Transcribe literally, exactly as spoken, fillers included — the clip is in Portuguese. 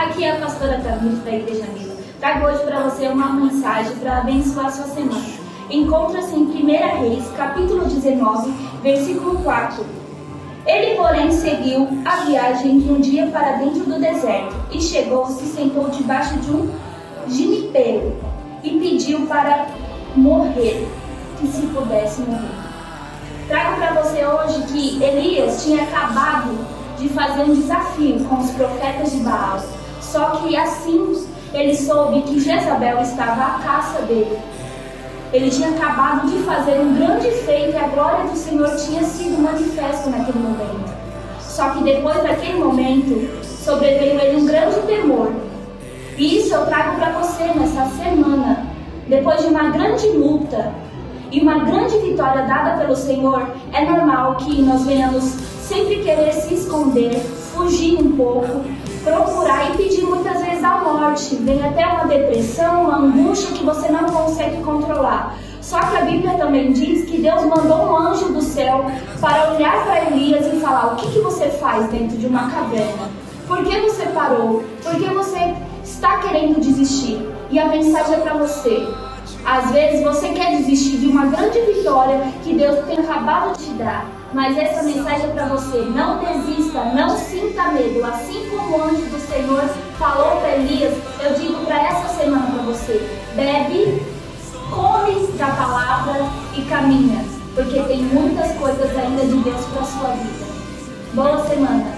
Aqui é a pastora Tamires da Igreja Mila. Trago hoje para você uma mensagem para abençoar a sua semana. Encontra-se em primeira Reis, capítulo dezenove, versículo quatro. Ele, porém, seguiu a viagem de um dia para dentro do deserto e chegou e se sentou debaixo de um junipeiro e pediu para morrer, que se pudesse morrer. Trago para você hoje que Elias tinha acabado de fazer um desafio com os profetas de Baal. Só que assim ele soube que Jezabel estava à caça dele. Ele tinha acabado de fazer um grande feito e a glória do Senhor tinha sido manifesta naquele momento. Só que depois daquele momento, sobreveio ele um grande temor. E isso eu trago para você nessa semana. Depois de uma grande luta e uma grande vitória dada pelo Senhor, é normal que nós venhamos sempre querer se esconder, fugir um pouco, procurar e pedir muitas vezes a morte. Vem até uma depressão, uma angústia que você não consegue controlar. Só que a Bíblia também diz que Deus mandou um anjo do céu para olhar para Elias e falar: o que, que você faz dentro de uma caverna? Por que você parou? Por que você está querendo desistir? E a mensagem é para você. Às vezes você quer desistir de uma grande vitória que Deus tem acabado de te dar. Mas essa mensagem é para você. Não desista, não sinta medo. Assim como o anjo do Senhor falou para Elias, eu digo para essa semana para você: bebe, come da palavra e caminha. Porque tem muitas coisas ainda de Deus para a sua vida. Boa semana!